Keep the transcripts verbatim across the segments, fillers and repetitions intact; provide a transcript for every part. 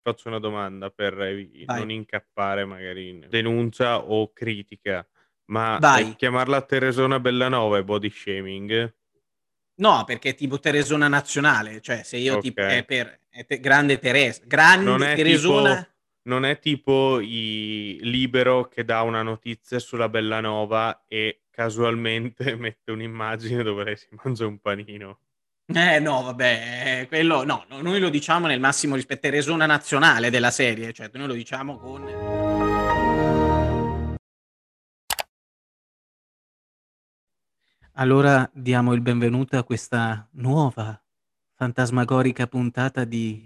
faccio una domanda per evi Vai. non incappare magari in denuncia o critica, ma, ehm, Vai. chiamarla Teresona Bellanova è body shaming? No, perché è tipo Teresona nazionale, cioè se io tipo è Okay. per è te grande Teres Non grande è Teresona. tipo non è tipo i Libero che dà una notizia sulla Bellanova e casualmente mette un'immagine dove lei si mangia un panino. Eh no, vabbè, eh, quello no, no, noi lo diciamo nel massimo rispe Teresona nazionale della serie, cioè noi lo diciamo con Allora diamo il benvenuto a questa nuova fantasmagorica puntata di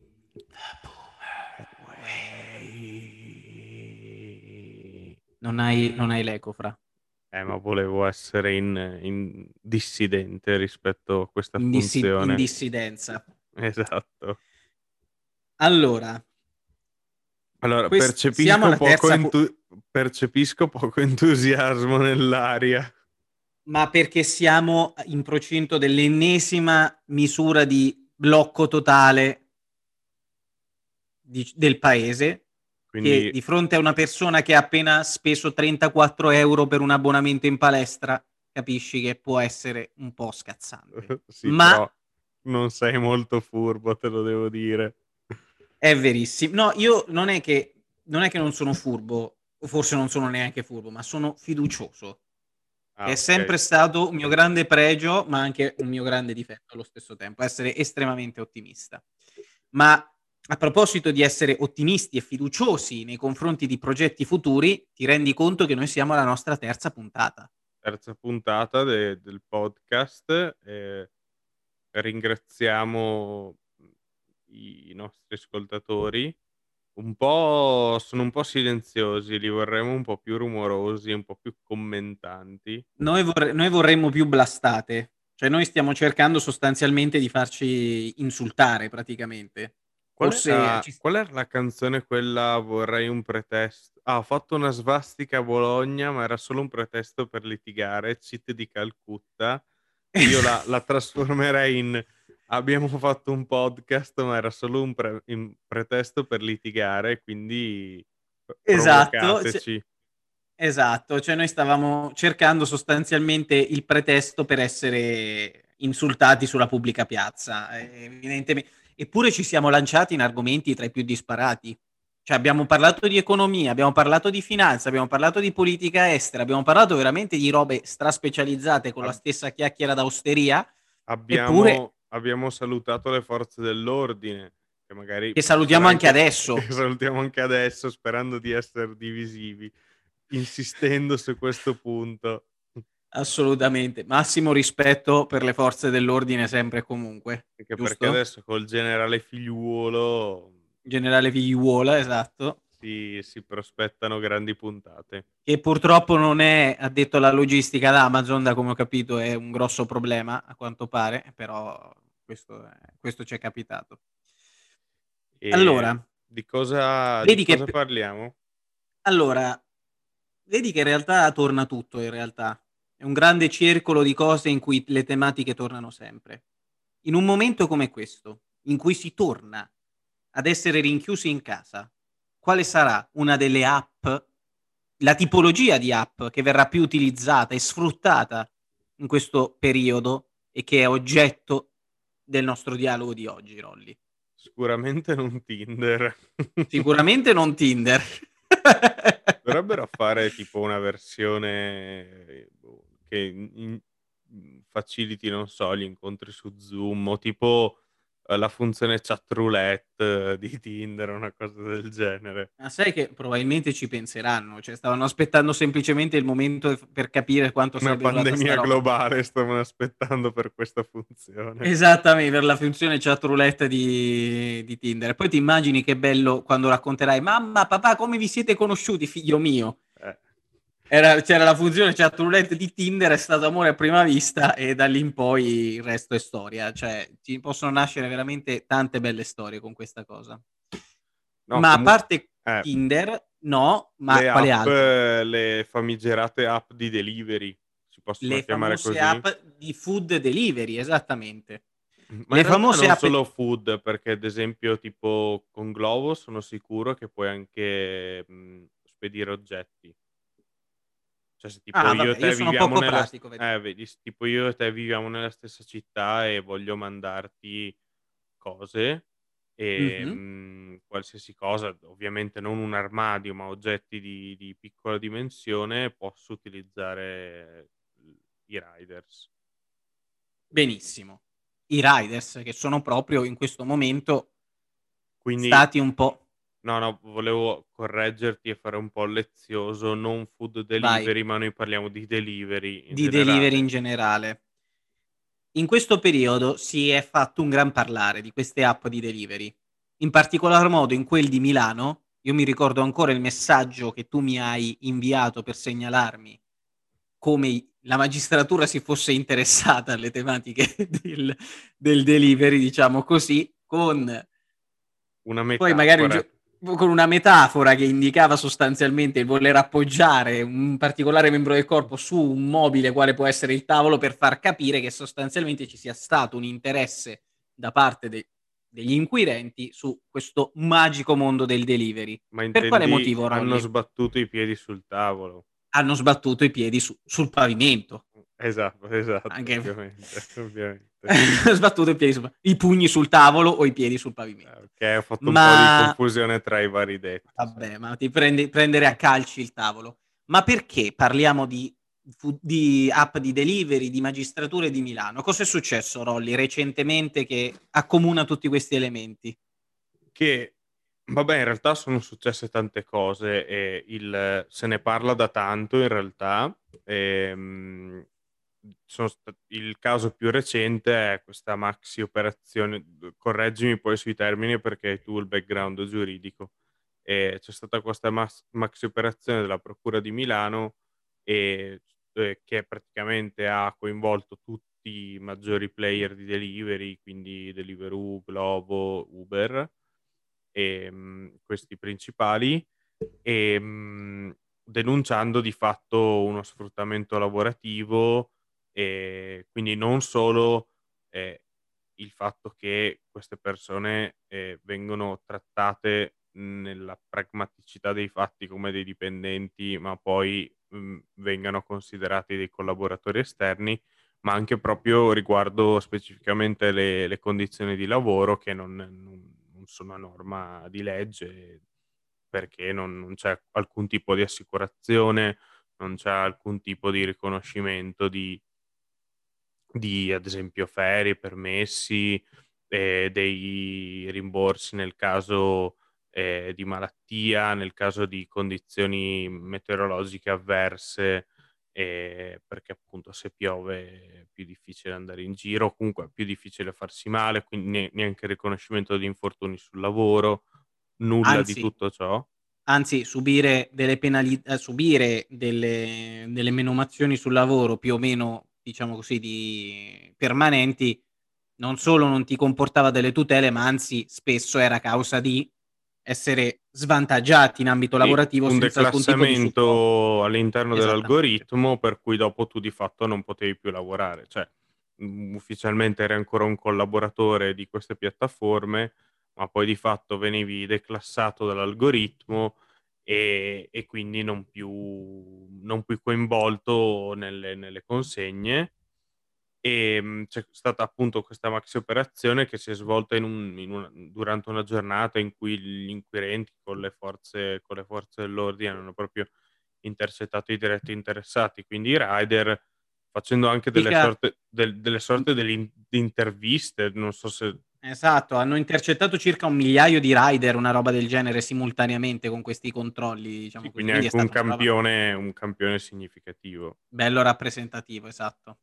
Boomerway. Non hai non hai l'eco Fra. Eh, ma volevo essere in in dissidente rispetto a questa In dissi in funzione. dissidenza. Esatto. Allora Allora, quest siamo percepisco alla poco terza pu entu percepisco poco entusiasmo nell'aria. Ma perché siamo a in procinto dell'ennesima misura di blocco totale dic del paese, che Quindi di fronte a una persona che ha appena speso trentaquattro euro per un abbonamento in palestra, capisci che può essere un po' scazzante. sì, Ma però non sei molto furbo, te lo devo dire. È verissi no, io non è che non è che non sono furbo, o forse non sono neanche furbo, ma sono fiducioso. Che Ah, è okay. sempre stato un mio grande pregio, ma anche un mio grande difetto allo stesso tempo, essere estremamente ottimista. Ma a proposito di essere ottimisti e fiduciosi nei confronti di progetti futuri, ti rendi conto che noi siamo alla nostra terza puntata. Terza puntata de del podcast, ehm, ringraziamo, mhmm, i nostri ascoltatori. Un po' sono un po' silenziosi, li vorremmo un po' più rumorosi, un po' più commentanti. Noi vorre noi vorremmo più blastate, cioè noi stiamo cercando sostanzialmente di farci insultare praticamente. Qual Forse era ci s qual era la canzone quella "Vorrei un pretest" ah, "Ho fatto una svastica a Bologna, ma era solo un pretesto per litigare", Cheat di Calcutta. Io la la trasformerei in: "Abbiamo fatto un podcast, ma era solo un pre in pretesto per litigare, quindi p Esatto, c provocateci". esatto, cioè noi stavamo cercando sostanzialmente il pretesto per essere insultati sulla pubblica piazza, e evidentemen eppure ci siamo lanciati in argomenti tra i più disparati. Cioè abbiamo parlato di economia, abbiamo parlato di finanza, abbiamo parlato di politica estera, abbiamo parlato veramente di robe straspecializzate con la Ab stessa chiacchiera da osteria, eppure abbiamo abbiamo salutato le forze dell'ordine, che magari che può essere salutiamo anche anche adesso. e salutiamo anche adesso sperando di esser divisivi, insistendo su questo punto. Assolutamente. Massimo rispetto per le forze dell'ordine sempre e comunque, Anche perché giusto? adesso col generale Figliuolo Generale Figliuolo, esatto. si si prospettano grandi puntate. Che purtroppo non è addetto alla logistica ad Amazon, da come ho capito è un grosso problema a quanto pare, però questo è questo ci è capitato. Ehm, Allora, di cosa di vedi che cosa p parliamo? allora, vedi che in realtà torna tutto in realtà. È un grande circolo di cose in cui le tematiche tornano sempre. In un momento come questo, in cui si torna ad essere rinchiusi in casa, quale sarà una delle app, la tipologia di app che verrà più utilizzata e sfruttata in questo periodo e che è oggetto del nostro dialogo di oggi, Rolly? Sicuramente non Tinder. Sicuramente non Tinder. Dovrebbero fare tipo una versione, boh, che in in mhmm, faciliti, non so, gli incontri su Zoom o tipo, uhm, la funzione chat roulette di Tinder, una cosa del genere. Ma sai che probabilmente ci penseranno, cioè stavano aspettando semplicemente il momento f per capire quanto Una sarebbe durata sta pandemia roba. globale stavano aspettando per questa funzione. Esattame per la funzione chat roulette di di Tinder. E poi ti immagini che bello quando racconterai: "Mamma, papà, come vi siete conosciuti, figlio mio?" Eh. Era c'era la funzione chat roulette di Tinder, è stato amore a prima vista e da lì in poi il resto è storia. Cioè, ci possono nascere veramente tante belle storie con questa cosa. No, Ma a comu parte eh. Tinder, no, ma Le quale app altro? le famigerate app di delivery, si possono Le chiamare famose così? app di food delivery, esattamente. Ma in Le realtà famose non app solo food, perché ad esempio tipo con Glovo sono sicuro che puoi anche, mhmm, spedire oggetti. Cioè se tipo ah io e vabbè, io te sono viviamo poco nella s pratico, vedi. eh vedi, s tipo io e te viviamo nella stessa città e voglio mandarti cose, Mh-mh. ehm, qualsiasi cosa, ovviamente non un armadio, ma oggetti di di piccola dimensione, posso utilizzare l i riders. Benissimo. I riders che sono proprio in questo momento Quindi stati un po' no, no, volevo correggerti e fare un po' il lezioso, non food vai, delivery, ma noi parliamo di delivery in di delivery in generale. generale. In questo periodo si è fatto un gran parlare di queste app di delivery, in particolar modo in quel di Milano. Io mi ricordo ancora il messaggio che tu mi hai inviato per segnalarmi come i la magistratura si fosse interessata alle tematiche del del delivery, diciamo così, con Una poi magari un metafora. gio con una metafora che indicava sostanzialmente il voler appoggiare un particolare membro del corpo su un mobile quale può essere il tavolo, per far capire che sostanzialmente ci sia stato un interesse da parte de degli inquirenti su questo magico mondo del delivery. Ma Per quale intendi motivo, hanno Rolly? sbattuto i piedi sul tavolo. Hanno sbattuto i piedi su sul pavimento. Mh, esatto, esatto, Anche ovviamente, ovviamente. sbattuto i piedi sul pa i pugni sul tavolo o i piedi sul Eh, pavimento. okay, ho fatto un po' di Ma confusione tra i vari detti, vabbè, certo. ma ti prendi prendere a calci il tavolo. Ma perché parliamo di fu di app di delivery, di magistrature di Milano? Cos'è successo, Rolly, recentemente che accomuna tutti questi elementi? Che vabbè, in realtà sono successe tante cose e il se ne parla da tanto in realtà, ehm, sono sta il caso più recente è questa maxi operazione, d correggimi poi sui termini perché hai tu il background giuridico. Ehm, c'è stata questa mas maxi operazione della procura di Milano, ehm, ehm, che praticamente ha coinvolto tutti i maggiori player di delivery, quindi Deliveroo, Glovo, Uber, ehm, questi principali, ehm, denunciando di fatto uno sfruttamento lavorativo, ehm, quindi non solo, ehm, il fatto che queste persone, ehm, vengono trattate nella pragmaticità dei fatti come dei dipendenti, ma poi, mhmm, vengano considerati dei collaboratori esterni, ma anche proprio riguardo specificamente le le condizioni di lavoro che non non non sono a norma di legge, perché non non c'è alcun tipo di assicurazione, non c'è alcun tipo di riconoscimento di di ad esempio ferie, permessi, ehm, dei rimborsi nel caso, ehm, di malattia, nel caso di condizioni meteorologiche avverse, ehm, perché appunto se piove è più difficile andare in giro, o comunque è più difficile farsi male, quindi ne neanche il riconoscimento di infortuni sul lavoro, nulla di Anzi tutto ciò. Anzi, subire delle penali ehm, subire delle delle menomazioni sul lavoro più o meno, diciamo così, di permanenti, non solo non ti comportava delle tutele, ma anzi spesso era causa di essere svantaggiati in ambito Sì, lavorativo un senza alcun tipo di supporto. declassamento all'interno Esattamente. dell'algoritmo per cui dopo tu di fatto non potevi più lavorare. Cioè, mhmm, ufficialmente eri ancora un collaboratore di queste piattaforme, ma poi di fatto venivi declassato dall'algoritmo e e quindi non più non più coinvolto nelle nelle consegne. Ehm, c'è stata appunto questa maxi operazione che si è svolta in un in una durante una giornata in cui gli inquirenti con le forze con le forze dell'ordine hanno proprio intercettato i diretti interessati, quindi i rider, facendo anche delle Dica sorte del delle mh, sorte delle in di interviste, non so se esatto, hanno intercettato circa un migliaio di rider, una roba del genere, simultaneamente con questi controlli, sì, diciamo così. quindi Quindi è anche un stata una roba campione un campione significativo. bello rappresentativo, esatto.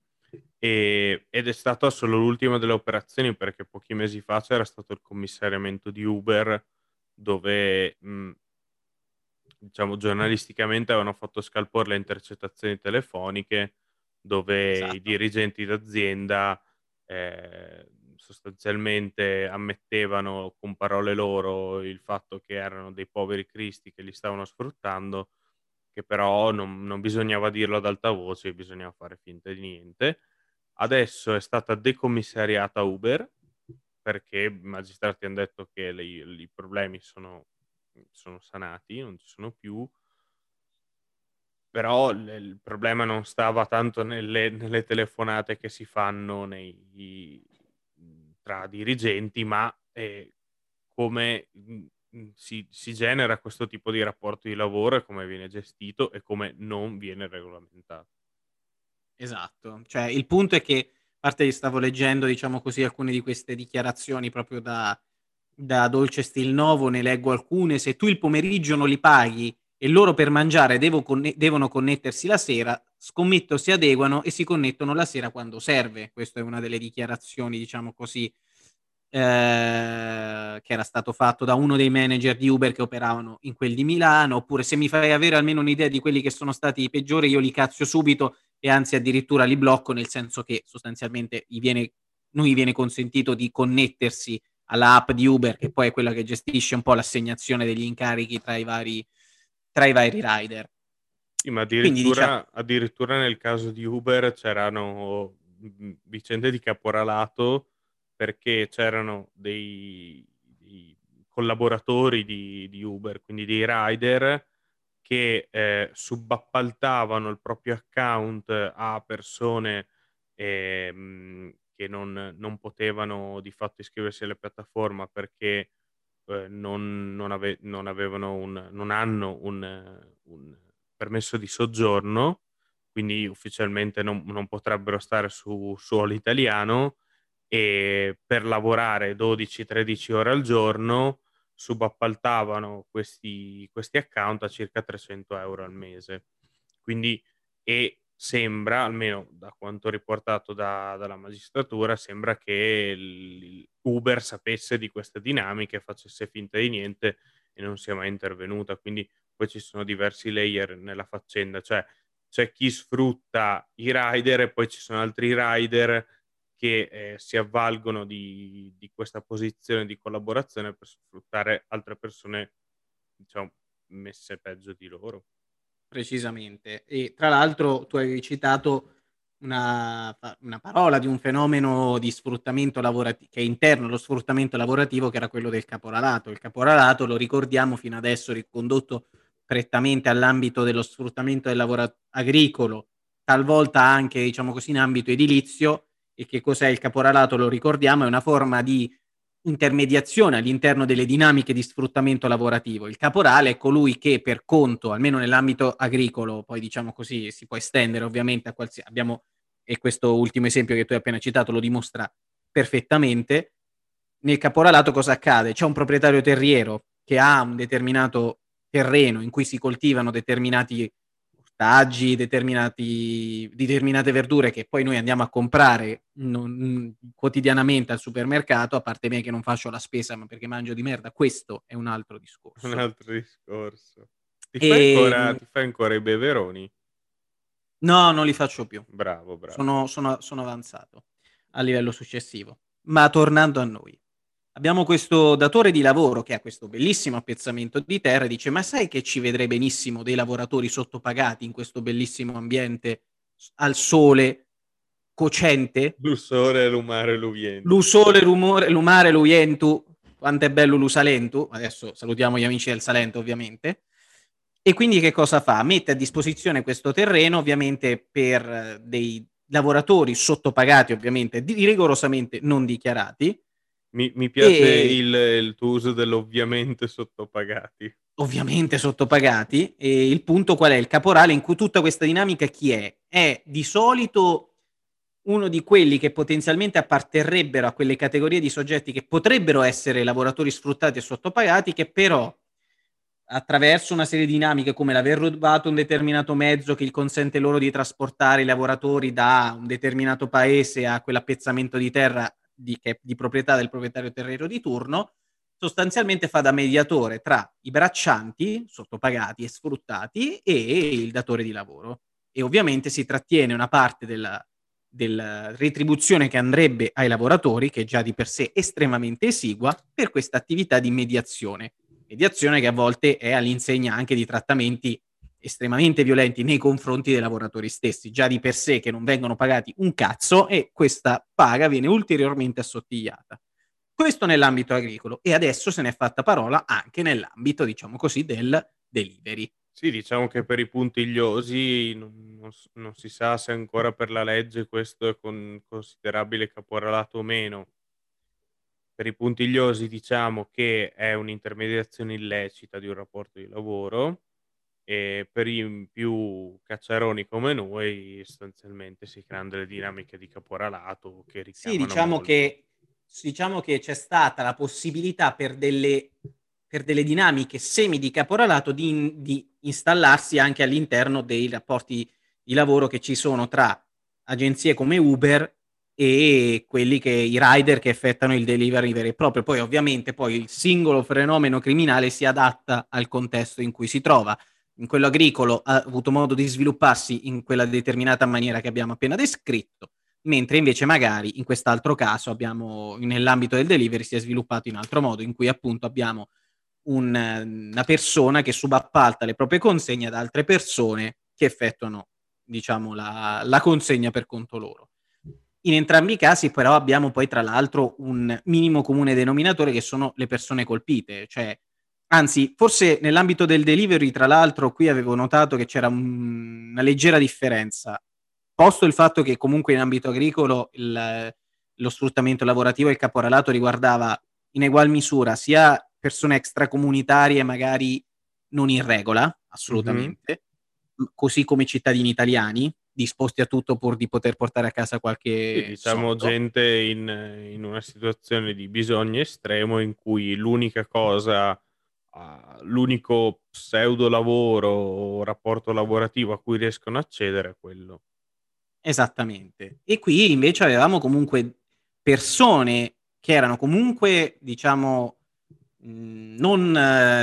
Ehm, ed è stata solo l'ultima delle operazioni perché pochi mesi fa c'era stato il commissariamento di Uber dove, mhmm diciamo giornalisticamente avevano fatto scalpore le intercettazioni telefoniche, dove i Esatto. dirigenti d'azienda, ehm, sostanzialmente ammettevano con parole loro il fatto che erano dei poveri cristi che li stavano sfruttando, che però non non bisognava dirlo ad alta voce, bisognava fare finta di niente. Adesso è stata decommissariata Uber, perché i magistrati han detto che le i i problemi sono sono sanati, non ci sono più. Però l il problema non stava tanto nelle nelle telefonate che si fanno nei mhmm, tra dirigenti, ma, ehm, come, mhmm, mhmm, si si genera questo tipo di rapporto di lavoro e come viene gestito e come non viene regolamentato. Esatto. Cioè, il punto è che a parte che stavo leggendo, diciamo così, alcune di queste dichiarazioni proprio da da dolce stil novo, ne leggo alcune: se tu il pomeriggio non li paghi e loro per mangiare devo conne devono connettersi la sera, scommetto si adeguano e si connettono la sera quando serve. Questo è una delle dichiarazioni, diciamo così, ehm, che era stato fatto da uno dei manager di Uber che operavano in quel di Milano. Oppure: "Se mi fai avere almeno un'idea di quelli che sono stati i peggiori, io li cazzo subito e anzi addirittura li blocco", nel senso che sostanzialmente gli viene non gli viene consentito di connettersi alla app di Uber, che poi è quella che gestisce un po' l'assegnazione degli incarichi tra i vari tra i vari rider. Sì, ma Quindi dicia addirittura addirittura nel caso di Uber c'erano, mhmm, vicende di caporalato, perché c'erano dei dei collaboratori di di Uber, quindi dei rider che, ehm, subappaltavano il proprio account a persone, ehm, che non non potevano di fatto iscriversi alla piattaforma perché, ehm, non non ave non avevano un non hanno un eh, un permesso di soggiorno, quindi ufficialmente non non potrebbero stare su suolo italiano, e per lavorare dodici, tredici ore al giorno subappaltavano questi questi account a circa trecento euro € al mese. Quindi e sembra, almeno da quanto riportato da dalla magistratura, sembra che il Uber sapesse di queste dinamiche, facesse finta di niente e non sia mai intervenuta. Quindi poi ci sono diversi layer nella faccenda, cioè c'è chi sfrutta i rider e poi ci sono altri rider che, ehm, si avvalgono di di questa posizione di collaborazione per sfruttare altre persone, diciamo, messe peggio di loro. Precisamente. E tra l'altro tu avevi citato una pa una parola di un fenomeno di sfruttamento lavorati che è interno allo sfruttamento lavorativo, che era quello del caporalato. Il caporalato, lo ricordiamo, fino adesso ricondotto prettamente all'ambito dello sfruttamento del lavoro agricolo, talvolta anche, diciamo così, in ambito edilizio. E che cos'è il caporalato, lo ricordiamo, è una forma di intermediazione all'interno delle dinamiche di sfruttamento lavorativo. Il caporale è colui che per conto, almeno nell'ambito agricolo, poi diciamo così si può estendere ovviamente a qualsia abbiamo e questo ultimo esempio che tu hai appena citato lo dimostra perfettamente. Nel caporalato cosa accade? C'è un proprietario terriero che ha un determinato terreno in cui si coltivano determinati ortaggi, determinati determinate verdure che poi noi andiamo a comprare non mhmm, quotidianamente al supermercato, a parte me che non faccio la spesa, ma perché mangio di merda, questo è un altro Un discorso. altro discorso. Ti fai ancora Ehm, ti fai ancora i beveroni? no, non li faccio più. Bravo, bravo. Sono sono sono avanzato a livello successivo. Ma tornando a noi. Abbiamo questo datore di lavoro che ha questo bellissimo appezzamento di terra e dice: "Ma sai che ci vedrei benissimo dei lavoratori sottopagati in questo bellissimo ambiente s al sole, cocente, L'usore, l'umare, l'uvientu. l'usole, rumore lumare, luientu, quant'è bello l'usalentu", adesso salutiamo gli amici del Salento ovviamente. E quindi che cosa fa? Mette a disposizione questo terreno ovviamente per eh, dei lavoratori sottopagati ovviamente, di rigorosamente non dichiarati. Mi mi piace E il il tuo uso dell'ovviamente sottopagati. ovviamente sottopagati. E il punto qual è? Il caporale in cui tutta questa dinamica chi è? È di solito uno di quelli che potenzialmente apparterrebbero a quelle categorie di soggetti che potrebbero essere lavoratori sfruttati e sottopagati, che però attraverso una serie di dinamiche come l'aver rubato un determinato mezzo che gli consente loro di trasportare i lavoratori da un determinato paese a quell'appezzamento di terra di che è di proprietà del proprietario terriero di turno, sostanzialmente fa da mediatore tra i braccianti, sottopagati e sfruttati, e il datore di lavoro. E ovviamente si trattiene una parte della della retribuzione che andrebbe ai lavoratori, che è già di per sé estremamente esigua, per questa attività di mediazione. Mediazione che a volte è all'insegna anche di trattamenti estremamente violenti nei confronti dei lavoratori stessi, già di per sé che non vengono pagati un cazzo e questa paga viene ulteriormente assottigliata. Questo nell'ambito agricolo e adesso se n'è fatta parola anche nell'ambito, diciamo così, del delivery. Sì, diciamo che per i puntigliosi non non s non si sa se ancora per la legge questo è con considerabile caporalato o meno. Per i puntigliosi diciamo che è un'intermediazione illecita di un rapporto di lavoro e per i, mhmm, più cacciaroni come noi sostanzialmente si crean delle dinamiche di caporalato che Sì, richiamano diciamo molto. che s diciamo che c'è stata la possibilità per delle per delle dinamiche semi di caporalato di in di installarsi anche all'interno dei rapporti di lavoro che ci sono tra agenzie come Uber e quelli che i rider che effettuano il delivery vero e proprio. Poi ovviamente poi il singolo fenomeno criminale si adatta al contesto in cui si trova. In quello agricolo ha avuto modo di svilupparsi in quella determinata maniera che abbiamo appena descritto, mentre invece magari in quest'altro caso abbiamo nell'ambito del delivery si è sviluppato in altro modo, in cui appunto abbiamo un una persona che subappalta le proprie consegne ad altre persone che effettuano, diciamo, la la consegna per conto loro. In entrambi i casi però abbiamo poi tra l'altro un minimo comune denominatore che sono le persone colpite, cioè anzi forse nell'ambito del delivery tra l'altro qui avevo notato che c'era un una leggera differenza. Posto il fatto che comunque in ambito agricolo il lo sfruttamento lavorativo e il caporalato riguardava in egual misura sia persone extracomunitarie magari non in regola, Mh-mh. assolutamente, m così come cittadini italiani, disposti a tutto pur di poter portare a casa Sì, qualche diciamo soldo. gente in in una situazione di bisogno estremo in cui l'unica cosa a l'unico pseudo lavoro o rapporto lavorativo a cui riescono a accedere è quello. Esattamente. E qui invece avevamo comunque persone che erano comunque diciamo, mhmm, non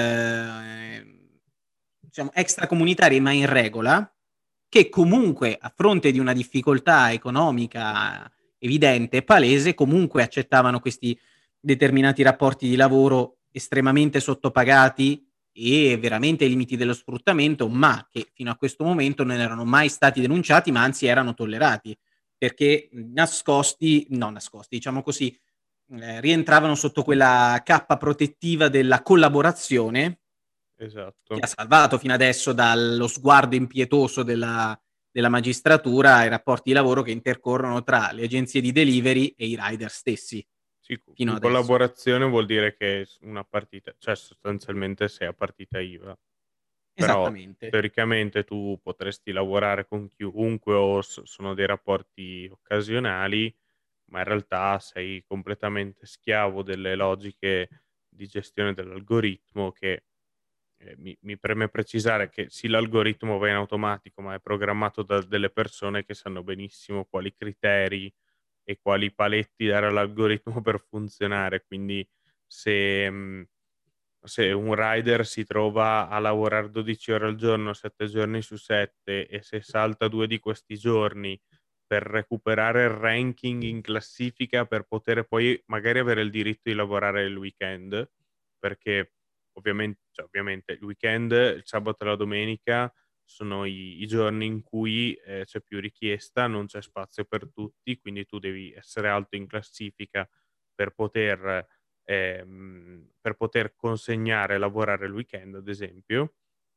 ehm, diciamo extracomunitarie ma in regola, che comunque a fronte di una difficoltà economica evidente e palese, comunque accettavano questi determinati rapporti di lavoro estremamente sottopagati e veramente ai limiti dello sfruttamento, ma che fino a questo momento non erano mai stati denunciati, ma anzi erano tollerati, perché mhmm, nascosti no nascosti, diciamo così, ehm, rientravano sotto quella cappa protettiva della collaborazione che Esatto. ha salvato fino adesso dallo sguardo impietoso della della magistratura i rapporti di lavoro che intercorrono tra le agenzie di delivery e i rider stessi, Sì, co fino in adesso. collaborazione vuol dire che s una partita cioè sostanzialmente sei a partita IVA. Però Esattamente. teoricamente tu potresti lavorare con chiunque o s sono dei rapporti occasionali, ma in realtà sei completamente schiavo delle logiche di gestione dell'algoritmo che, ehm, mi mi preme precisare che sì l'algoritmo va in automatico, ma è programmato da delle persone che sanno benissimo quali criteri e quali paletti dare all'algoritmo per funzionare. Quindi se, mhmm se un rider si trova a lavorare dodici ore al giorno, sette giorni su sette e se salta due di questi giorni per recuperare il ranking in classifica per poter poi magari avere il diritto di lavorare il weekend, perché ovviamen cioè ovviamente il weekend, il sabato e la domenica sono i i giorni in cui, ehm, c'è più richiesta, non c'è spazio per tutti, quindi tu devi essere alto in classifica per poter ehm, per poter consegnare e lavorare il weekend ad esempio,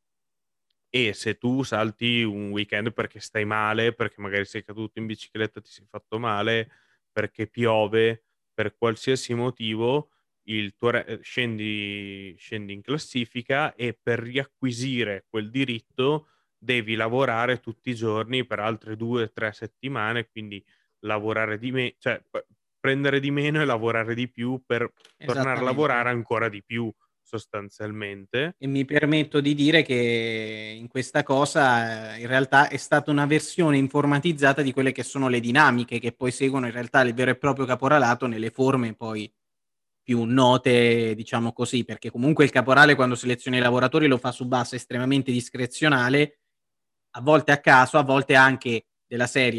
e se tu salti un weekend perché stai male, perché magari sei caduto in bicicletta, ti sei fatto male, perché piove, per qualsiasi motivo il tuo re ehm, scendi scendi in classifica e per riacquisire quel diritto devi lavorare tutti i giorni per altre due, tre settimane, quindi lavorare di me cioè p prendere di meno e lavorare di più per tornare a lavorare Esattamente. ancora di più sostanzialmente. E mi permetto di dire che in questa cosa, ehm, in realtà è stata una versione informatizzata di quelle che sono le dinamiche che poi seguono in realtà il vero e proprio caporalato nelle forme poi più note, diciamo così, perché comunque il caporale quando seleziona i lavoratori lo fa su base estremamente discrezionale, a volte a caso, a volte anche della serie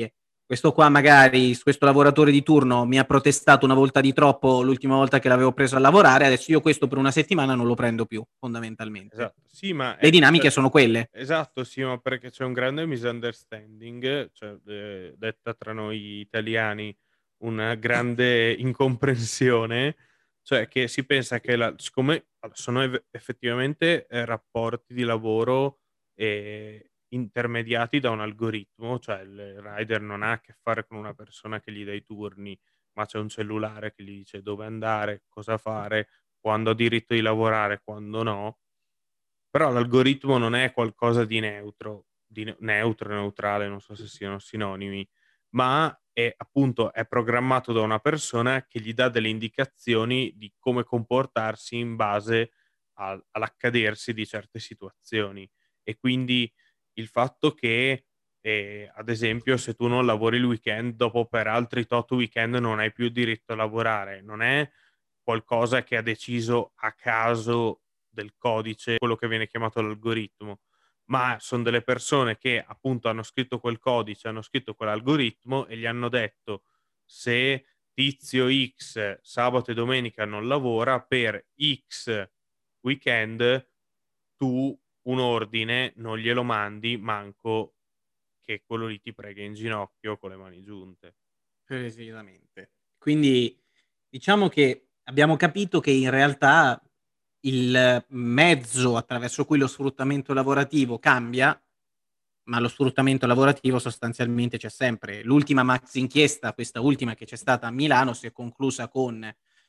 questo qua magari, questo lavoratore di turno mi ha protestato una volta di troppo l'ultima volta che l'avevo preso a lavorare, adesso io questo per una settimana non lo prendo più, fondamentalmente. Esatto, sì, ma Le è dinamiche cioè sono quelle. esatto, sì, ma perché c'è un grande misunderstanding, cioè, ehm, detta tra noi italiani, una grande incomprensione, cioè che si pensa che la siccome allora sono eve effettivamente, ehm, rapporti di lavoro, ehm, intermediati da un algoritmo, cioè il rider non ha a che fare con una persona che gli dà i turni, ma c'è un cellulare che gli dice dove andare, cosa fare, quando ha diritto di lavorare, quando no. Però l'algoritmo non è qualcosa di neutro, di ne neutro, neutrale, non so se siano sinonimi, ma è appunto è programmato da una persona che gli dà delle indicazioni di come comportarsi in base al all'accadersi di certe situazioni. E quindi il fatto che, ehm, ad esempio, se tu non lavori il weekend, dopo per altri tot weekend non hai più diritto a lavorare, non è qualcosa che ha deciso a caso del codice, quello che viene chiamato l'algoritmo, ma son delle persone che appunto hanno scritto quel codice, hanno scritto quell'algoritmo e gli hanno detto: "Se tizio X sabato e domenica non lavora, per X weekend tu un ordine non glielo mandi, manco che quello lì ti prega in ginocchio con le mani giunte." Precisamente. Quindi diciamo che abbiamo capito che in realtà il mezzo attraverso cui lo sfruttamento lavorativo cambia, ma lo sfruttamento lavorativo sostanzialmente c'è sempre. L'ultima maxi inchiesta, questa ultima che c'è stata a Milano, si è conclusa con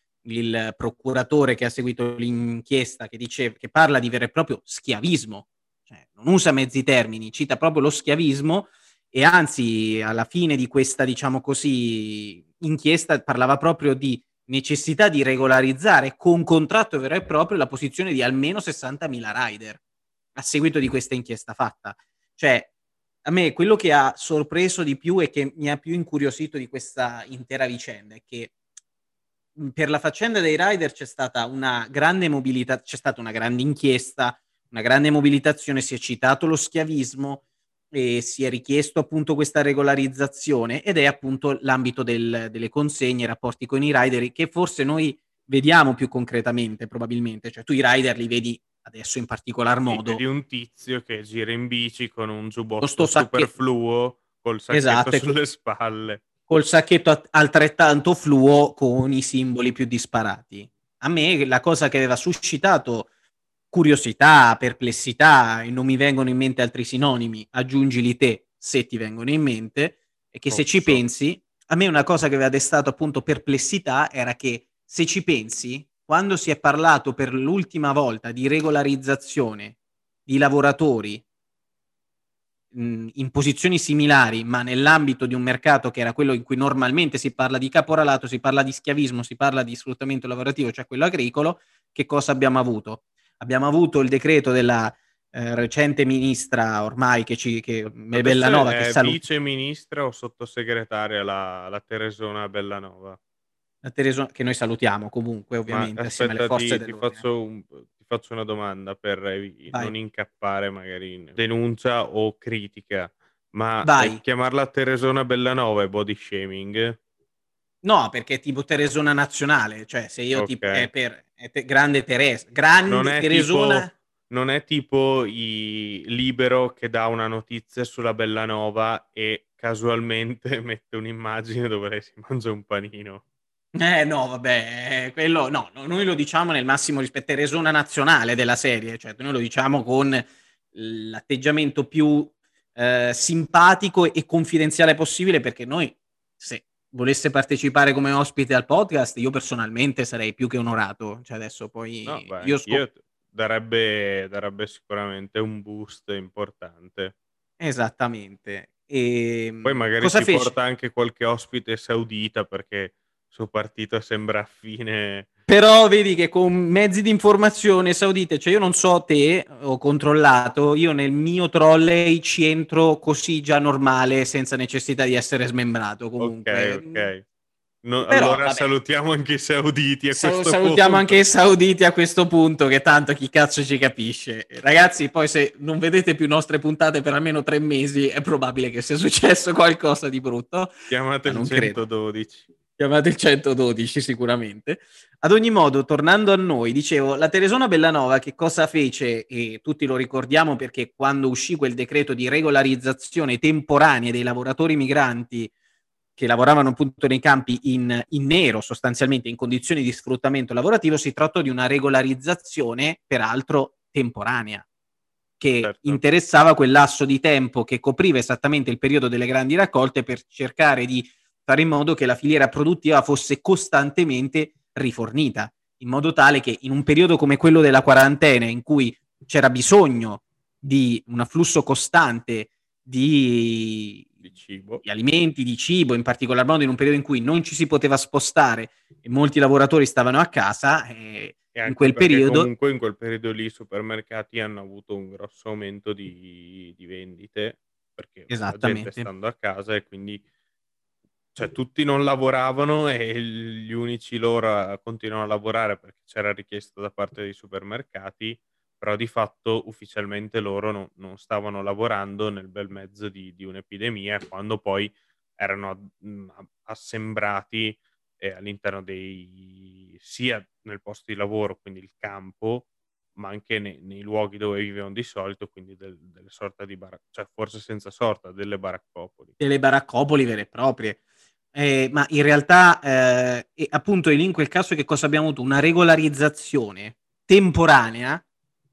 il procuratore che ha seguito l'inchiesta che dice che parla di vero e proprio schiavismo, cioè non usa mezzi termini, cita proprio lo schiavismo e anzi alla fine di questa, diciamo così, inchiesta parlava proprio di necessità di regolarizzare con contratto vero e proprio la posizione di almeno sessantamila rider a seguito di questa inchiesta fatta. Cioè, a me quello che ha sorpreso di più e che mi ha più incuriosito di questa intera vicenda è che mhmm, per la faccenda dei rider c'è stata una grande mobilita c'è stata una grande inchiesta, una grande mobilitazione, si è citato lo schiavismo e si è richiesto appunto questa regolarizzazione ed è appunto l'ambito del delle consegne, i rapporti con i rider che forse noi vediamo più concretamente probabilmente, cioè tu i rider li vedi adesso in particolar Sì, vedi modo un tizio che gira in bici con un con giubbotto 'sto sacche superfluo, col sacchetto esatto, e co sulle spalle. col sacchetto at altrettanto fluo con i simboli più disparati. A me la cosa che aveva suscitato curiosità, perplessità e non mi vengono in mente altri sinonimi, aggiungili te se ti vengono in mente, è che se ci Rosso. pensi, a me una cosa che aveva destato appunto perplessità era che se ci pensi, quando si è parlato per l'ultima volta di regolarizzazione di lavoratori mhmm, in posizioni similari, ma nell'ambito di un mercato che era quello in cui normalmente si parla di caporalato, si parla di schiavismo, si parla di sfruttamento lavorativo, cioè quello agricolo, che cosa abbiamo avuto? Abbiamo avuto il decreto della, ehm, recente ministra ormai che ci che me Adesso Bellanova che è salu vice ministra o sottosegretaria la la Teresona Bellanova. la Tereso che noi salutiamo comunque Ma ovviamente assieme alle aspetta, forze ti ti dell'ordine. faccio un ti faccio una domanda per evi Vai, non incappare magari in denuncia o critica, ma, ehm, vai. chiamarla Teresona Bellanova è body shaming? No, perché è tipo Teresona nazionale, cioè se io tip è Okay. per è te grande Teres Non grande è Teresona. tipo non è tipo i Libero che dà una notizia sulla Bellanova e casualmente mette un'immagine dove lei si mangia un panino. Eh no, vabbè, eh, quello no, no, noi lo diciamo nel massimo rispetto resona nazionale della serie, cioè noi lo diciamo con l'atteggiamento più, ehm, simpatico e confidenziale possibile, perché noi se volesse partecipare come ospite al podcast, io personalmente sarei più che onorato. Cioè adesso No, poi beh, io anch'io sco t darebbe darebbe sicuramente un boost importante. esattamente. Poi Ehm, magari cosa ci fece? porta anche qualche ospite saudita perché suo partito sembra affine. Però vedi che con mezzi di informazione saudite, cioè io non so te, ho controllato, io nel mio trolley ci entro così già normale, senza necessità di essere smembrato Okay, comunque. Mhmm, okay. No, Però allora vabbè, salutiamo anche i sauditi a Sal- questo salutiamo anche punto. i sauditi a questo punto, che tanto chi cazzo ci capisce. Ragazzi, poi se non vedete più nostre puntate per almeno tre mesi, è probabile che sia successo qualcosa di brutto, Chiamate ma il non credo. centododici. Chiamate il centododici sicuramente. Ad ogni modo, tornando a noi, dicevo, la Teresona Bellanova che cosa fece? E tutti lo ricordiamo perché quando uscì quel decreto di regolarizzazione temporanea dei lavoratori migranti che lavoravano appunto nei campi in, in nero, sostanzialmente in condizioni di sfruttamento lavorativo, si trattò di una regolarizzazione, peraltro temporanea, che Certo. interessava quel lasso di tempo che copriva esattamente il periodo delle grandi raccolte per cercare di fare in modo che la filiera produttiva fosse costantemente rifornita, in modo tale che in un periodo come quello della quarantena, in cui c'era bisogno di un afflusso costante di, Di cibo. di alimenti, di cibo, in particolar modo in un periodo in cui non ci si poteva spostare e molti lavoratori stavano a casa, eh, E in anche quel perché periodo, comunque in quel periodo lì i supermercati hanno avuto un grosso aumento di, di vendite, perché la gente esattamente, stando a casa e quindi cioè tutti non lavoravano e gli unici loro a continuano a lavorare perché c'era richiesta da parte dei supermercati, però di fatto ufficialmente loro no non stavano lavorando nel bel mezzo di di un'epidemia, quando poi erano a mhmm, a assembrati, ehm, all'interno dei sia nel posto di lavoro, quindi il campo, ma anche ne nei luoghi dove vivevano di solito, quindi del delle sorta di bara cioè forse senza sorta, delle baraccopoli. delle baraccopoli vere e proprie. Eh, ma in realtà, eh, e appunto lì in quel caso che cosa abbiamo avuto? Una regolarizzazione temporanea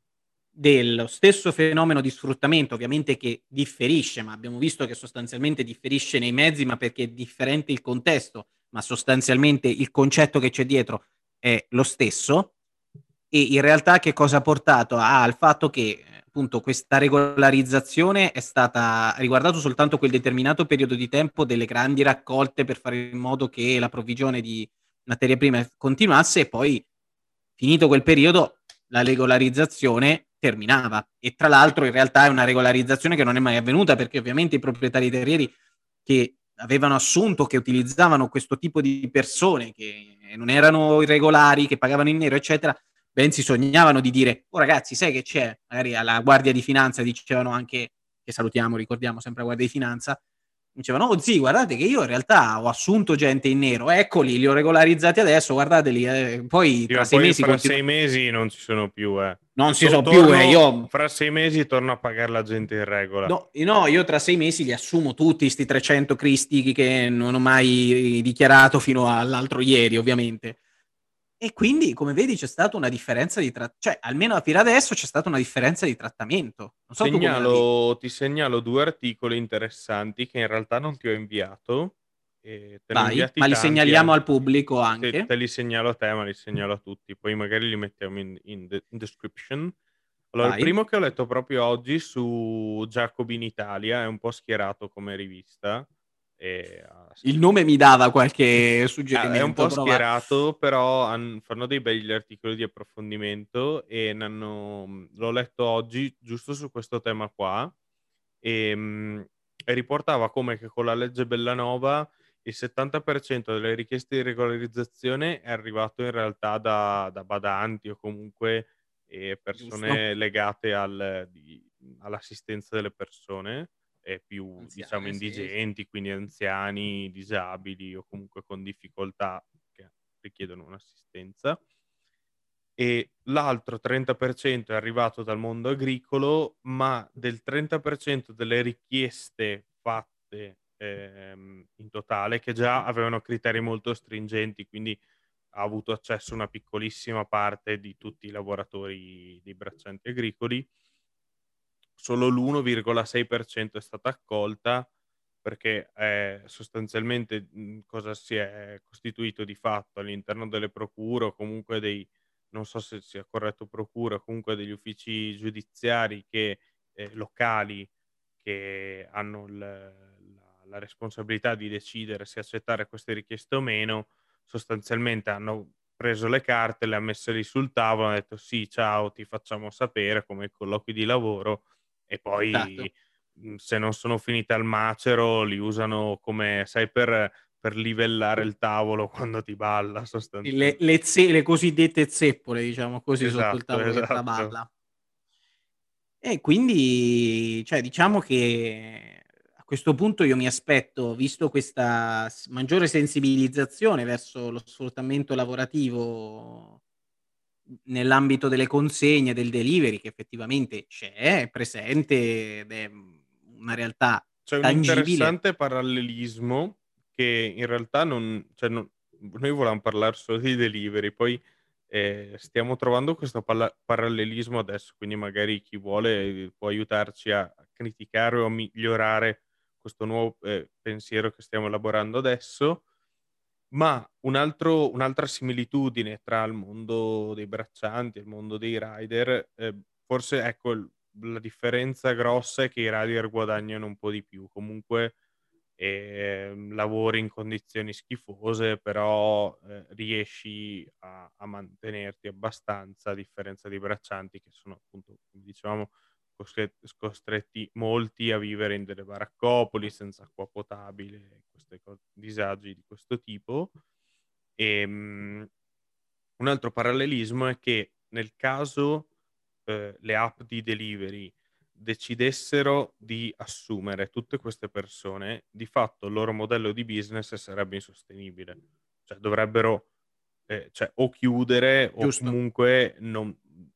dello stesso fenomeno di sfruttamento, ovviamente che differisce, ma abbiamo visto che sostanzialmente differisce nei mezzi, ma perché è differente il contesto, ma sostanzialmente il concetto che c'è dietro è lo stesso. E in realtà che cosa ha portato? Ah, al fatto che eh, appunto questa regolarizzazione è stata ha riguardato soltanto quel determinato periodo di tempo delle grandi raccolte per fare in modo che la provvigione di materie prime continuasse e poi finito quel periodo la regolarizzazione terminava e tra l'altro in realtà è una regolarizzazione che non è mai avvenuta perché ovviamente i proprietari terrieri che avevano assunto, che utilizzavano questo tipo di persone che non erano irregolari, che pagavano in nero, eccetera, ben si sognavano di dire, oh ragazzi, sai che c'è? Magari alla Guardia di Finanza dicevano anche, che salutiamo, ricordiamo sempre la Guardia di Finanza, dicevano, oh sì, guardate che io in realtà ho assunto gente in nero, eccoli, li ho regolarizzati adesso, guardateli, eh. Poi Sì, tra ma sei poi mesi fra continuano, sei mesi non ci sono più, eh. non si To so più, eh, torno io fra sei mesi torno a pagar la gente in regola. no, no, io tra sei mesi li assumo tutti, sti trecento cristi che non ho mai dichiarato fino all'altro ieri, ovviamente. E quindi, come vedi, c'è stata una differenza di tra cioè, almeno fino adesso c'è stata una differenza di trattamento. Non so tu come la vedi. Segnalo ti segnalo due articoli interessanti che in realtà non ti ho inviato, e te ne ho Vai, inviati ma li tanti segnaliamo an al pubblico te te anche. li segnalo a te, ma li segnalo a tutti, poi magari li mettiamo in in de in description. Allora, il Vai. primo che ho letto proprio oggi su Jacobin Italia, è un po' schierato come rivista, e ha Il sì. nome mi dava qualche Ah, è un suggerimento, po' però va. schierato, però han fanno dei begli articoli di approfondimento e ne hanno mhmm, l'ho letto oggi giusto su questo tema qua, ehm, e riportava come che con la legge Bellanova il settanta per cento delle richieste di regolarizzazione è arrivato in realtà da da badanti o comunque, ehm, Giusto? persone legate al di all'assistenza delle persone, ehm, più diciamo Anziane, sì, sì. indigenti, quindi anziani, disabili o comunque con difficoltà che richiedono un'assistenza. E l'altro trenta per cento è arrivato dal mondo agricolo, ma del trenta per cento delle richieste fatte, ehm, in totale, che già avevano criteri molto stringenti, quindi ha avuto accesso una piccolissima parte di tutti i lavoratori dei braccianti agricoli, solo l'uno virgola sei per cento è stata accolta perché, ehm, sostanzialmente, mhmm, cosa si è costituito di fatto all'interno delle procure o comunque dei non so se sia corretto procura, o comunque degli uffici giudiziari che ehm, locali che hanno il la la responsabilità di decidere se accettare queste richieste o meno, sostanzialmente hanno preso le carte, le ha messe lì sul tavolo, hanno detto: "Sì, ciao, ti facciamo sapere", come i colloqui di lavoro, e poi, Esatto. mhmm, se non sono finite al macero li usano come sai per per livellare il tavolo quando ti balla Le, sostanzialmente. le, ze- le cosiddette zeppole, diciamo così, sotto il Esatto, tavolo che esatto. traballa. E quindi, cioè, diciamo che a questo punto io mi aspetto, visto questa s- maggiore sensibilizzazione verso lo sfruttamento lavorativo nell'ambito delle consegne, del delivery, che effettivamente c'è, è presente ed è una realtà C'è un tangibile. interessante parallelismo che in realtà non cioè non noi volevamo parlar solo di delivery, poi, ehm, stiamo trovando questo palla parallelismo adesso, quindi magari chi vuole eh, può aiutarci a a criticare o a migliorare questo nuovo, ehm, pensiero che stiamo elaborando adesso. Ma un altro un'altra similitudine tra il mondo dei braccianti e il mondo dei rider, ehm, forse ecco l la differenza grossa è che i rider guadagnano un po' di più. Comunque, ehm, lavori in condizioni schifose, però, ehm, riesci a a mantenerti abbastanza, a differenza dei braccianti che sono appunto, come dicevamo, costret s costretti molti a vivere in delle baraccopoli senza acqua potabile, queste co disagi di questo tipo. Ehm, un altro parallelismo è che nel caso, uhm, le app di delivery decidessero di assumere tutte queste persone, di fatto il loro modello di business sarebbe insostenibile. Cioè dovrebbero, ehm, cioè o chiudere o Giusto? comunque non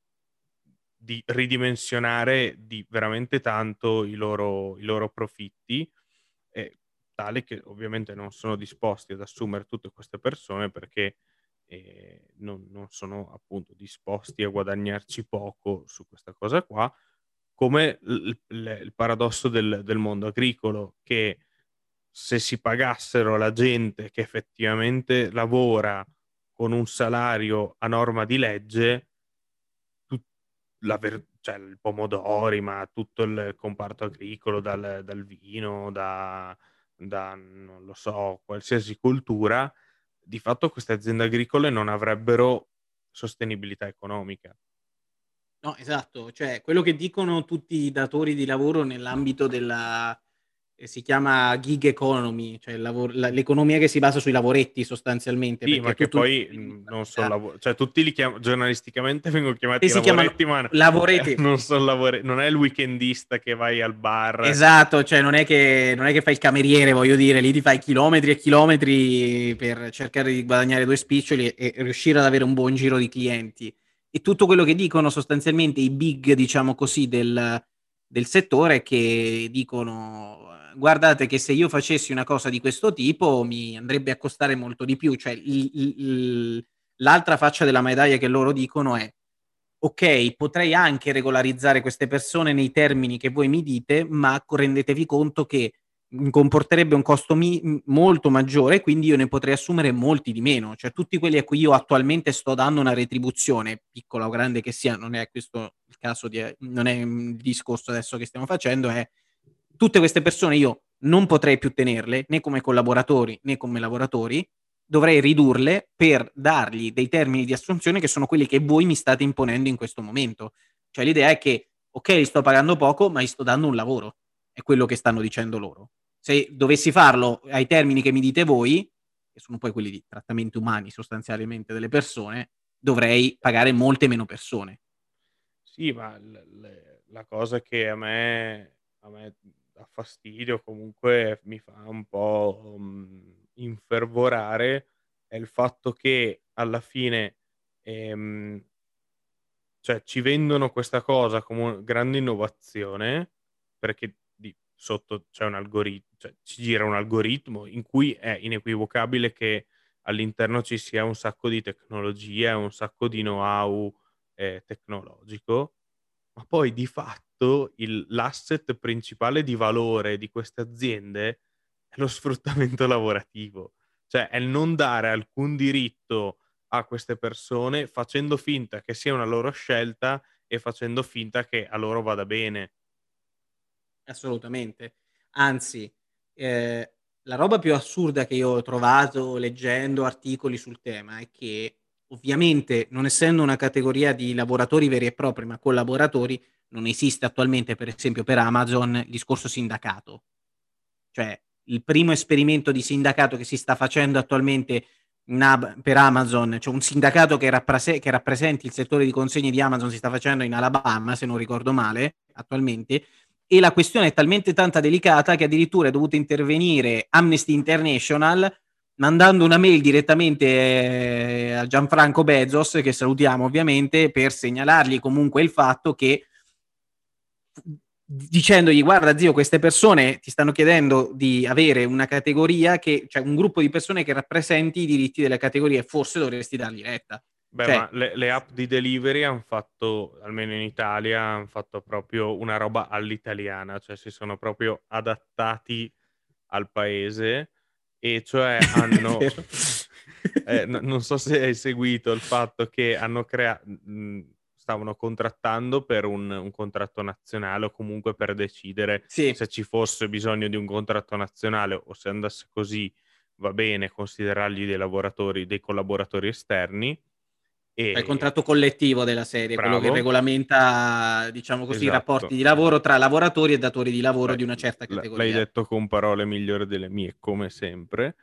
di ridimensionare di veramente tanto i loro i loro profitti, ehm, tale che ovviamente non sono disposti ad assumere tutte queste persone perché, ehm, non non sono appunto disposti a guadagnarci poco su questa cosa qua, come l il il il paradosso del del mondo agricolo, che se si pagassero la gente che effettivamente lavora con un salario a norma di legge, tut la ver cioè il pomodori, ma tutto il comparto agricolo, dal dal vino, da da non lo so, qualsiasi coltura, di fatto queste aziende agricole non avrebbero sostenibilità economica. No, esatto, cioè quello che dicono tutti i datori di lavoro nell'ambito della ehm, si chiama gig economy, cioè il lavor la l'economia che si basa sui lavoretti sostanzialmente, Sì, perché ma è che tutto un poi, sistema di mhmm, non son partita lavo cioè tutti li chiam giornalisticamente vengono e chiamati si chiamano lavoretti, ma n eh, lavoreti. non son lavore non è il weekendista che vai al bar. Esatto, cioè non è che non è che fai il cameriere, voglio dire, lì ti fai chilometri e chilometri per cercare di guadagnare due spiccioli e e riuscire ad avere un buon giro di clienti. E tutto quello che dicono sostanzialmente i big, diciamo così, del del settore è che dicono: eh, "Guardate che se io facessi una cosa di questo tipo mi andrebbe a costare molto di più." Cioè il il il l'altra faccia della medaglia che loro dicono è: okay, potrei anche regolarizzare queste persone nei termini che voi mi dite, ma co rendetevi conto che, mhmm, comporterebbe un costo mi mhmm, molto maggiore, quindi io ne potrei assumere molti di meno. Cioè tutti quelli a cui io attualmente sto dando una retribuzione, piccola o grande che sia, non è questo il caso di e non è, mhmm, il discorso adesso che stiamo facendo, è tutte queste persone io non potrei più tenerle, né come collaboratori, né come lavoratori, dovrei ridurle per dargli dei termini di assunzione che sono quelli che voi mi state imponendo in questo momento. Cioè l'idea è che, okay, li sto pagando poco, ma gli sto dando un lavoro, è quello che stanno dicendo loro. Se dovessi farlo ai termini che mi dite voi, che sono poi quelli di trattamenti umani sostanzialmente delle persone, dovrei pagare molte meno persone. Sì, ma l le la cosa che a me a me dà fastidio, comunque mi fa un po', mhmm, infervorare, è il fatto che alla fine, ehm, cioè ci vendono questa cosa come un grande innovazione, perché di sotto c'è un algori cioè ci gira un algoritmo in cui è inequivocabile che all'interno ci sia un sacco di tecnologia, un sacco di know-how, ehm, tecnologico, ma poi di fatto il l'asset principale di valore di queste aziende è lo sfruttamento lavorativo. Cioè è il non dare alcun diritto a queste persone, facendo finta che sia una loro scelta e facendo finta che a loro vada bene. Assolutamente. Anzi, ehm, la roba più assurda che io ho trovato leggendo articoli sul tema è che, ovviamente, non essendo una categoria di lavoratori veri e propri, ma collaboratori, non esiste attualmente, per esempio per Amazon, il discorso sindacato. Cioè il primo esperimento di sindacato che si sta facendo attualmente in Ab- per Amazon, cioè un sindacato che, rapprese- che rappresenti il settore di consegne di Amazon si sta facendo in Alabama, se non ricordo male, attualmente, e la questione è talmente tanta delicata che addirittura è dovuto intervenire Amnesty International mandando una mail direttamente eh, a Gianfranco Bezos, che salutiamo ovviamente, per segnalargli comunque il fatto che dicendogli guarda zio, queste persone ti stanno chiedendo di avere una categoria che, cioè un gruppo di persone che rappresenti i diritti delle categorie, forse dovresti dargli retta. Beh, ma Cioè, le, le app di delivery hanno fatto, almeno in Italia, hanno fatto proprio una roba all'italiana, cioè si sono proprio adattati al paese e cioè è hanno, vero. eh, n- non so se hai seguito il fatto che hanno creato, stavano contrattando per un, un contratto nazionale o comunque per decidere Sì, se ci fosse bisogno di un contratto nazionale o se andasse così va bene considerargli dei lavoratori, dei collaboratori esterni. cioè il E contratto collettivo della serie, quello che bravo, regolamenta, diciamo così, i rapporti esatto, di lavoro esatto. tra lavoratori e datori di lavoro L'hai di una certa l l'hai categoria. detto con parole migliori delle mie, come sempre.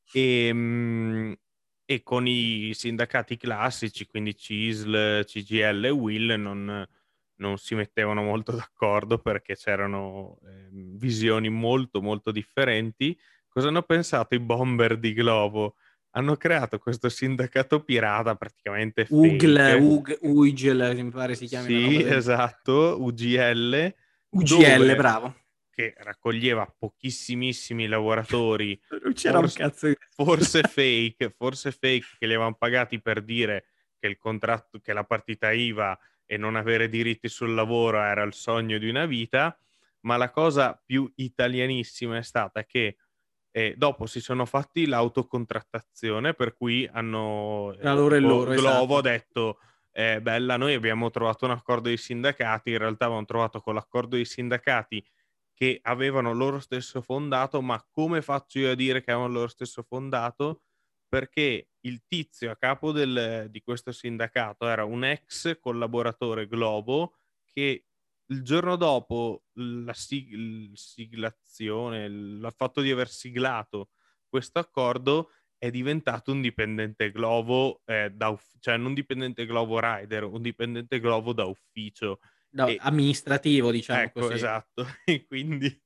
Ehm, e con i sindacati classici, quindi C I S L, C G I L e U I L non non si mettevano molto d'accordo perché c'erano, ehm, visioni molto, molto differenti. Cosa hanno pensato i bomber di Globo? Hanno creato questo sindacato pirata praticamente UGL, fake. UG, UIGL, mi pare si chiami una roba Sì, del genere. esatto, U G L, U G L, dove bravo. che raccoglieva pochissimissimi lavoratori, Non c'era un forse cazzo di forse fake, forse fake che li avevan pagati per dire che il contratto che la partita I V A e non avere diritti sul lavoro era il sogno di una vita, ma la cosa più italianissima è stata che, ehm, dopo si sono fatti l'autocontrattazione per cui hanno tra ehm, loro e tipo loro, Globo ha esatto. detto: "Eh, bella, noi abbiamo trovato un accordo dei sindacati", in realtà avevano trovato con l'accordo dei sindacati che avevano loro stesso fondato, ma come faccio io a dire che avevano loro stesso fondato? Perché il tizio a capo del di questo sindacato era un ex collaboratore Globo che il giorno dopo la sig il siglazione, il il fatto di aver siglato questo accordo è diventato un dipendente Glovo, ehm, da uff cioè non dipendente Glovo Rider, un dipendente Glovo da ufficio. No, E amministrativo, diciamo ecco, così. esatto. E quindi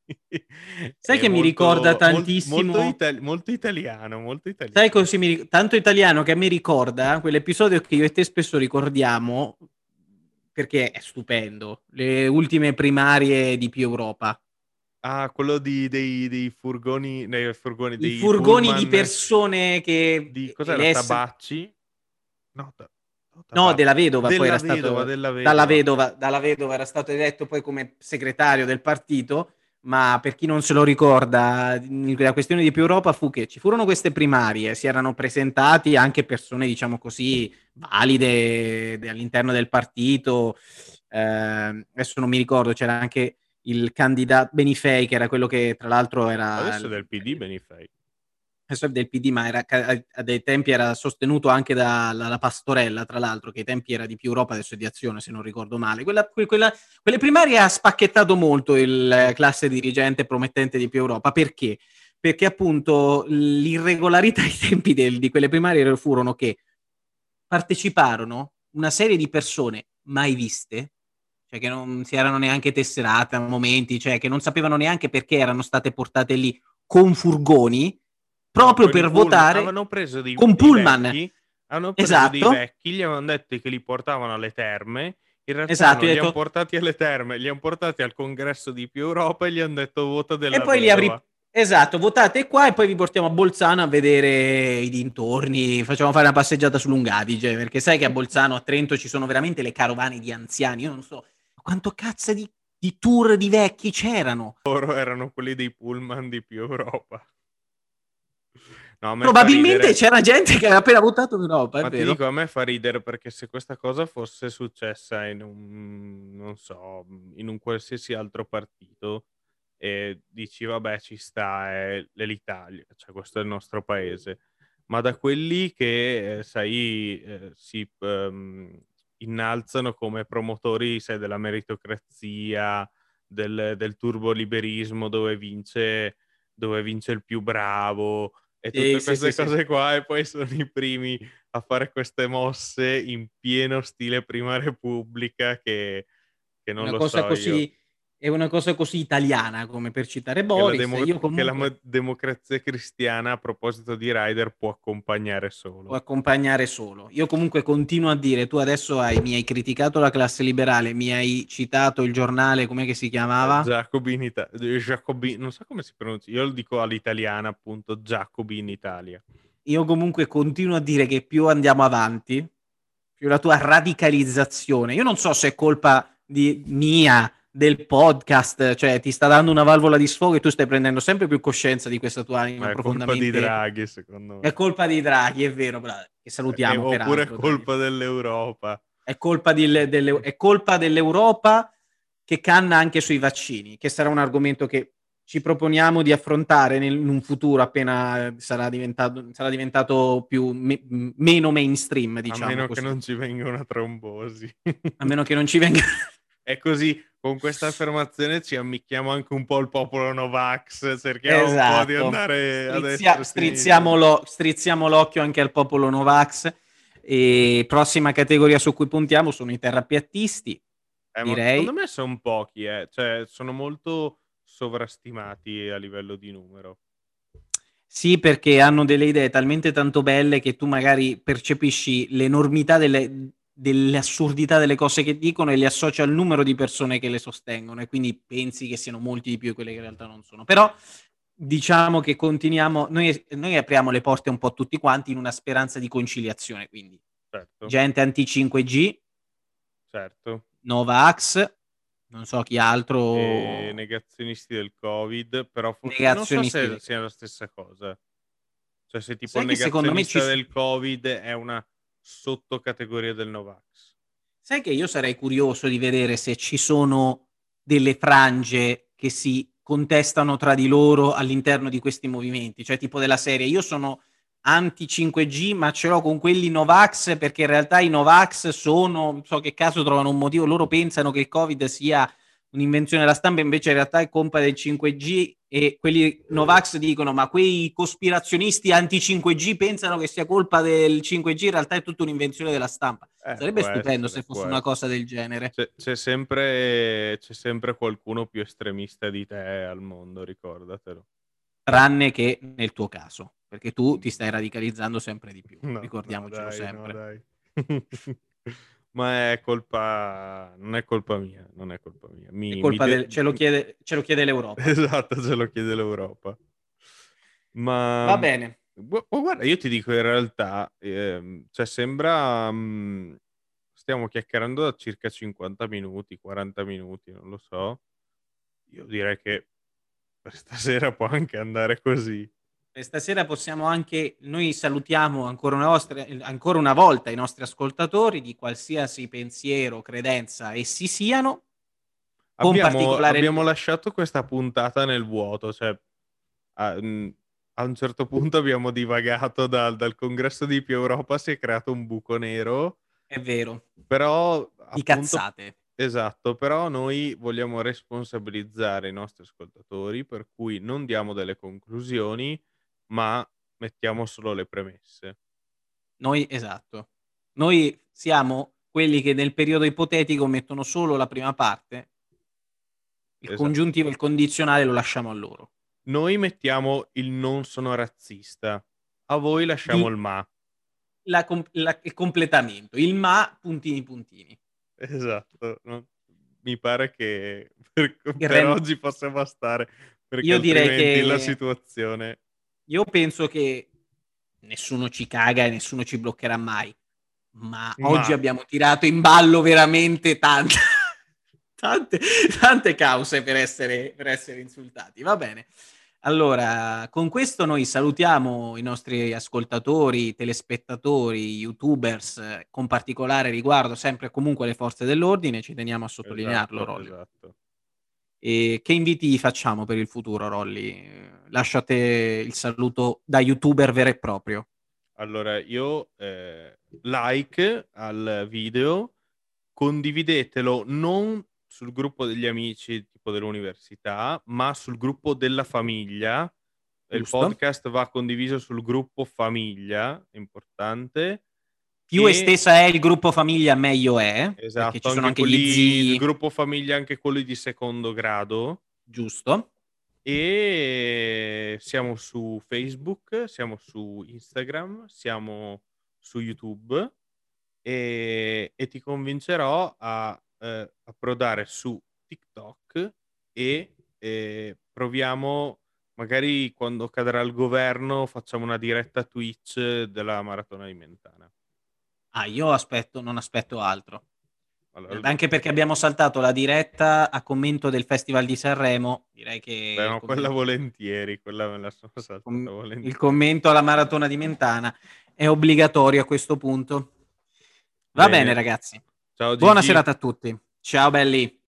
Sai è che mi ricorda molto molt molto tantissimo. ital molto italiano, molto Sai italiano. cosa mi ri- tanto italiano che a me ricorda quell'episodio che io e te spesso ricordiamo perché è stupendo, le ultime primarie di Più Europa. Ah, quello di dei dei furgoni nei furgoni, I dei furgoni di pullman persone che di e cos'era, elesse Tabacci? No, ta no no, Tabacchi, della vedova poi era della vedova, stato della dalla vedova. vedova dalla vedova era stato eletto poi come segretario del partito, ma per chi non se lo ricorda, mhmm, la questione di Più Europa fu che ci furono queste primarie, si erano presentati anche persone, diciamo così, valide de all'interno del partito, ehm, adesso non mi ricordo, c'era anche il candida Benifei, che era quello che tra l'altro era Adesso è il del P D cioè Benifei. adesso è del P D, ma era ca a a dei tempi era sostenuto anche dalla la Pastorella, tra l'altro, che ai tempi era di Più Europa, adesso è di Azione, se non ricordo male. Quella que quella quelle primarie ha spacchettato molto il classe dirigente promettente di Più Europa. Perché? Perché appunto l'irregolarità ai tempi del di quelle primarie furono che parteciparono una serie di persone mai viste, cioè che non si erano neanche tesserate a momenti, cioè che non sapevano neanche perché erano state portate lì con furgoni, No, proprio con i per pullman. votare Avevano preso dei con dei pullman. vecchi hanno preso dei Esatto, vecchi, gli avevan detto che li portavano alle terme, in realtà esatto, non io ho li han detto portati alle terme, li han portati al congresso di Più Europa e gli han detto: "Vota e della poi li vedova". apri esatto, votate qua e poi vi portiamo a Bolzano a vedere i dintorni, facciamo fare una passeggiata su Lung'Adige, perché sai che a Bolzano, a Trento ci sono veramente le carovane di anziani, io non so quanto cazzo di di tour di vecchi c'erano. Loro erano quelli dei pullman di Più Europa. No, a me fa Probabilmente ridere. c'era gente che aveva appena votato in Europa, è Ma ti dico, vero. a me fa ridere perché se questa cosa fosse successa in un non so, mhmm, in un qualsiasi altro partito, e dici: "Vabbè, ci sta, è è l'Italia, cioè questo è il nostro paese". Ma da quelli che, ehm, sai, ehm, si p mhmm, innalzano come promotori, sai, della meritocrazia, del del turboliberismo dove vince dove vince il più bravo e Sì, tutte sì, sì, queste sì. cose qua, e poi sono i primi a fare queste mosse in pieno stile Prima Repubblica che che È non una lo cosa so io. così è una cosa così italiana, come per citare Che la Boris. demo Io che la comunque mo democrazia cristiana, a proposito di rider, può accompagnare può solo. accompagnare solo. Io comunque continuo a dire, tu adesso hai mi hai criticato la classe liberale, mi hai citato il giornale, com'è che si Ehm, chiamava? Giacobin Ita ehm, Jacobin, non so come si pronunci, io lo dico all'italiana appunto, Jacobin Italia. Io comunque continuo a dire che più andiamo avanti, più la tua radicalizzazione io non so se è colpa di mia, del podcast, cioè ti sta dando una valvola di sfogo e tu stai prendendo sempre più coscienza di questa tua anima Ma è colpa di profondamente Draghi secondo è me. colpa di Draghi, è vero, bra che E e salutiamo oppure è peraltro Draghi. colpa dell'Europa. È colpa dil dell'Eu è colpa dell'Europa che canna anche sui vaccini, che sarà un argomento che ci proponiamo di affrontare nel in un futuro appena sarà diventato sarà diventato più me m meno mainstream, A diciamo meno che così. non ci venga una trombosi. A meno che non ci venga E così, con questa affermazione ci ammicchiamo anche un po' il popolo Novax, cerchiamo un po' di Esatto. andare a destra Strizia e a sinistra. strizziamo l'o strizziamo l'occhio anche al popolo Novax. E prossima categoria su cui puntiamo sono i terrapiattisti, Eh, ma secondo direi. me son pochi, eh, cioè sono molto sovrastimati a livello di numero. Sì, perché hanno delle idee talmente tanto belle che tu magari percepisci l'enormità delle delle assurdità delle cose che dicono e le associ al numero di persone che le sostengono e quindi pensi che siano molti di più di quelli che in realtà non sono. Però diciamo che continuiamo noi es noi apriamo le porte un po' a tutti quanti in una speranza di conciliazione, quindi Certo. gente anti cinque G Certo. Novax, non so chi Ehm, altro negazionisti del Covid, però forse non so negazionisti se de sia la stessa cosa. Cioè se tipo il Sai che secondo me ci negazionista s del Covid è una sottocategoria del Novax. Sai che io sarei curioso di vedere se ci sono delle frange che si contestano tra di loro all'interno di questi movimenti, cioè tipo della serie: io sono anti cinque G ma ce l'ho con quelli Novax perché in realtà i Novax sono non so che caso trovano un motivo loro pensano che il Covid sia un'invenzione della stampa, invece in realtà è colpa del cinque G e quelli Novax dicono: "Ma quei cospirazionisti anti cinque G pensano che sia colpa del cinque G, in realtà è tutta un'invenzione della stampa." Eh, Sarebbe può stupendo se essere, fosse può una essere. cosa del genere. C'è c'è sempre c'è sempre qualcuno più estremista di te al mondo, ricordatelo. Tranne che nel tuo caso, perché tu ti stai Mhmm, radicalizzando sempre di più, no, no ricordiamocelo dai, no sempre. dai. Ma è colpa non è colpa mia, non è colpa mia. È Mi mi colpa de del ce lo chiede ce lo chiede l'Europa. esatto, ce lo chiede l'Europa. Ma, Va mhmm, bene. gu ma guarda io ti dico in realtà, ehm, cioè sembra, mhmm, stiamo chiacchierando da circa cinquanta minuti, quaranta minuti, non lo so. Io direi che per stasera può anche andare così. E stasera possiamo anche noi salutiamo ancora una vostra ehm, ancora una volta i nostri ascoltatori di qualsiasi pensiero, credenza essi siano, con Abbiamo particolare abbiamo riguar lasciato questa puntata nel vuoto, cioè a mhmm, a un certo punto abbiamo divagato dal dal congresso di Più Europa, si è creato un buco nero, è vero, però di appunto cazzate. esatto, però noi vogliamo responsabilizzare i nostri ascoltatori, per cui non diamo delle conclusioni, ma mettiamo solo le premesse. Noi esatto. Noi siamo quelli che nel periodo ipotetico mettono solo la prima parte, il congiuntivo Esatto. e il condizionale lo lasciamo a loro. Noi mettiamo il "non sono razzista", a voi lasciamo Il il "ma". la com la il completamento, il ma puntini, puntini. Esatto, no, mi pare che per co Il per rem oggi possa bastare, perché Io direi altrimenti la che situazione io penso che nessuno ci caga e nessuno ci bloccherà mai, ma oggi ma abbiamo tirato in ballo veramente tante tante tante cause per essere per essere insultati. Va bene. Allora, con questo noi salutiamo i nostri ascoltatori, telespettatori, youtubers, con particolare riguardo sempre e comunque alle forze dell'ordine, ci teniamo a sottolinearlo, esatto, Rolly. esatto. E che inviti facciamo per il futuro, Rolly? Lascio a te il saluto da youtuber vero e proprio. Allora io, ehm, like al video, condividetelo non sul gruppo degli amici tipo dell'università, ma sul gruppo della famiglia, il Giusto. podcast va condiviso sul gruppo famiglia, è importante. Più E estesa è il gruppo famiglia, meglio è, perché esatto, ci sono anche anche gli quelli il zii. gruppo famiglia, anche quelli di secondo grado. Giusto. E siamo su Facebook, siamo su Instagram, siamo su YouTube e, e ti convincerò a eh, approdare su TikTok e eh, proviamo, magari quando cadrà il governo, facciamo una diretta Twitch della maratona di Mentana. Ah, io aspetto, non aspetto altro. Allora, Eh, Anche perché abbiamo saltato la diretta a commento del Festival di Sanremo, direi che beh, il no, quella commento, volentieri, quella me la sono saltata com- il volentieri. commento alla maratona di Mentana è obbligatorio a questo punto. Va bene, Bene, ragazzi. ciao Buona Gigi. serata a tutti. Ciao belli.